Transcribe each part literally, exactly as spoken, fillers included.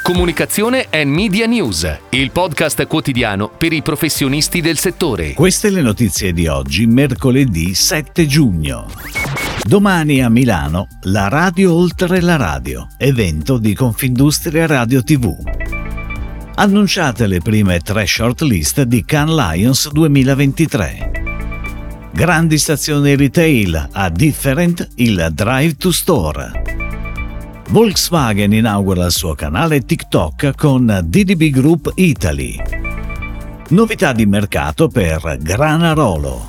Comunicazione and Media News, il podcast quotidiano per i professionisti del settore. Queste le notizie di oggi, mercoledì sette giugno. Domani a Milano, la radio oltre la radio, evento di Confindustria Radio tivù. Annunciate le prime tre shortlist di Cannes Lions duemilaventitré. Grandi stazioni retail, a Different il Drive to Store. Volkswagen inaugura il suo canale TikTok con D D B Group Italy. Novità di mercato per Granarolo.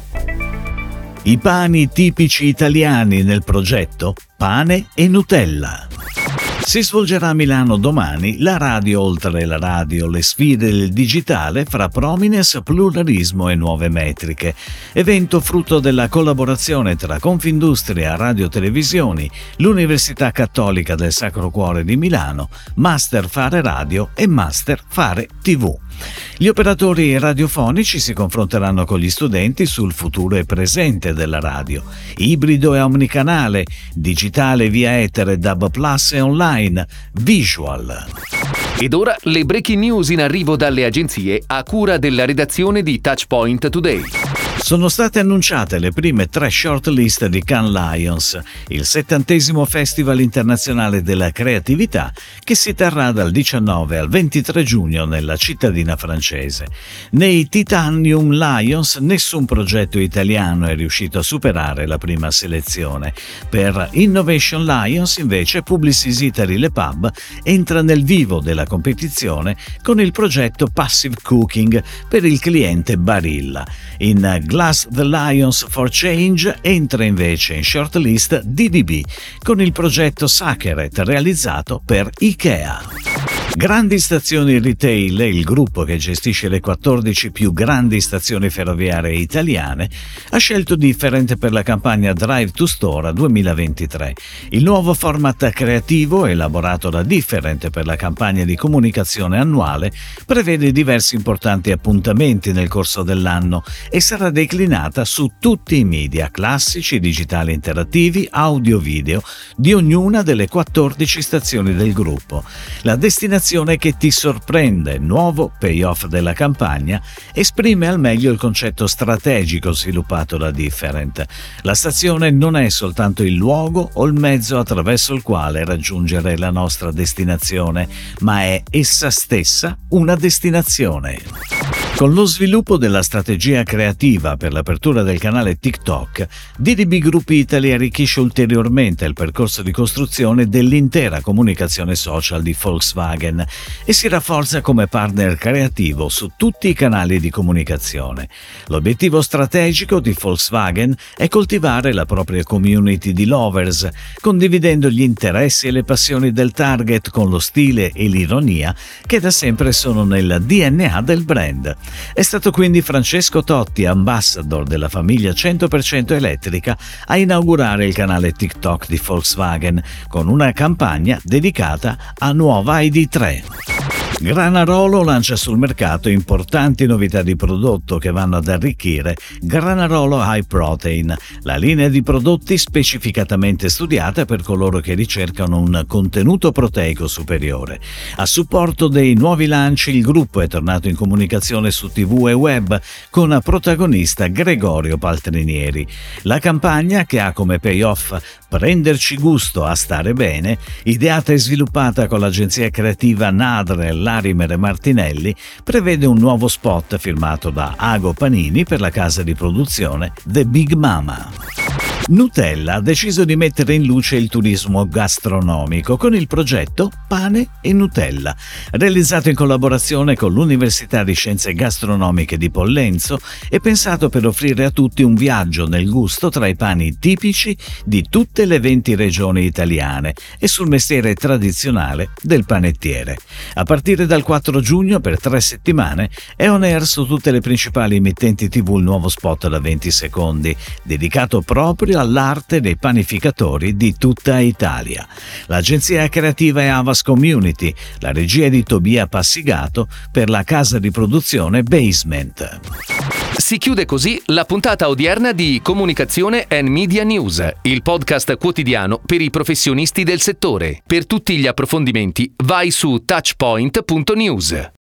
I pani tipici italiani nel progetto Pane e Nutella. Si svolgerà a Milano domani la radio oltre la radio, le sfide del digitale fra prominence, pluralismo e nuove metriche. Evento frutto della collaborazione tra Confindustria Radio Televisioni, l'Università Cattolica del Sacro Cuore di Milano, Master Fare Radio e Master Fare tivù. Gli operatori radiofonici si confronteranno con gli studenti sul futuro e presente della radio, ibrido e omnicanale, digitale via etere, D A B plus e online, visual. Ed ora le breaking news in arrivo dalle agenzie a cura della redazione di Touchpoint Today. Sono state annunciate le prime tre shortlist di Cannes Lions, il settantesimo Festival internazionale della creatività che si terrà dal diciannove al ventitré giugno nella cittadina francese. Nei Titanium Lions nessun progetto italiano è riuscito a superare la prima selezione. Per Innovation Lions invece Publicis Italy Le Pub entra nel vivo della competizione con il progetto Passive Cooking per il cliente Barilla. In Glass the Lions for Change entra invece in shortlist D D B con il progetto Sacred realizzato per IKEA. Grandi stazioni retail, il gruppo che gestisce le quattordici più grandi stazioni ferroviarie italiane, ha scelto Different per la campagna Drive to Store duemilaventitré. Il nuovo format creativo, elaborato da Different per la campagna di comunicazione annuale, prevede diversi importanti appuntamenti nel corso dell'anno e sarà declinata su tutti i media classici, digitali interattivi, audio-video di ognuna delle quattordici stazioni del gruppo. La destinazione che ti sorprende, nuovo payoff della campagna, esprime al meglio il concetto strategico sviluppato da Different. La stazione non è soltanto il luogo o il mezzo attraverso il quale raggiungere la nostra destinazione, ma è essa stessa una destinazione. Con lo sviluppo della strategia creativa per l'apertura del canale TikTok, D D B Group Italy arricchisce ulteriormente il percorso di costruzione dell'intera comunicazione social di Volkswagen e si rafforza come partner creativo su tutti i canali di comunicazione. L'obiettivo strategico di Volkswagen è coltivare la propria community di lovers, condividendo gli interessi e le passioni del target con lo stile e l'ironia che da sempre sono nel D N A del brand. È stato quindi Francesco Totti, ambassador della famiglia cento per cento elettrica, a inaugurare il canale TikTok di Volkswagen con una campagna dedicata a nuova I D tre. Granarolo lancia sul mercato importanti novità di prodotto che vanno ad arricchire Granarolo High Protein, la linea di prodotti specificatamente studiata per coloro che ricercano un contenuto proteico superiore. A supporto dei nuovi lanci il gruppo è tornato in comunicazione su tivù e web con protagonista Gregorio Paltrinieri. La campagna, che ha come payoff prenderci gusto a stare bene, ideata e sviluppata con l'agenzia creativa Nadrel, Larimer e Martinelli, prevede un nuovo spot firmato da Ago Panini per la casa di produzione The Big Mama. Nutella ha deciso di mettere in luce il turismo gastronomico con il progetto Pane e Nutella, realizzato in collaborazione con l'Università di Scienze Gastronomiche di Pollenzo e pensato per offrire a tutti un viaggio nel gusto tra i pani tipici di tutte le venti regioni italiane e sul mestiere tradizionale del panettiere. A partire dal quattro giugno, per tre settimane, è on air su tutte le principali emittenti tivù il nuovo spot da venti secondi, dedicato proprio all'arte dei panificatori di tutta Italia. L'agenzia creativa è Havas Community, la regia di Tobia Passigato per la casa di produzione Basement. Si chiude così la puntata odierna di Comunicazione and Media News, il podcast quotidiano per i professionisti del settore. Per tutti gli approfondimenti vai su touchpoint punto news.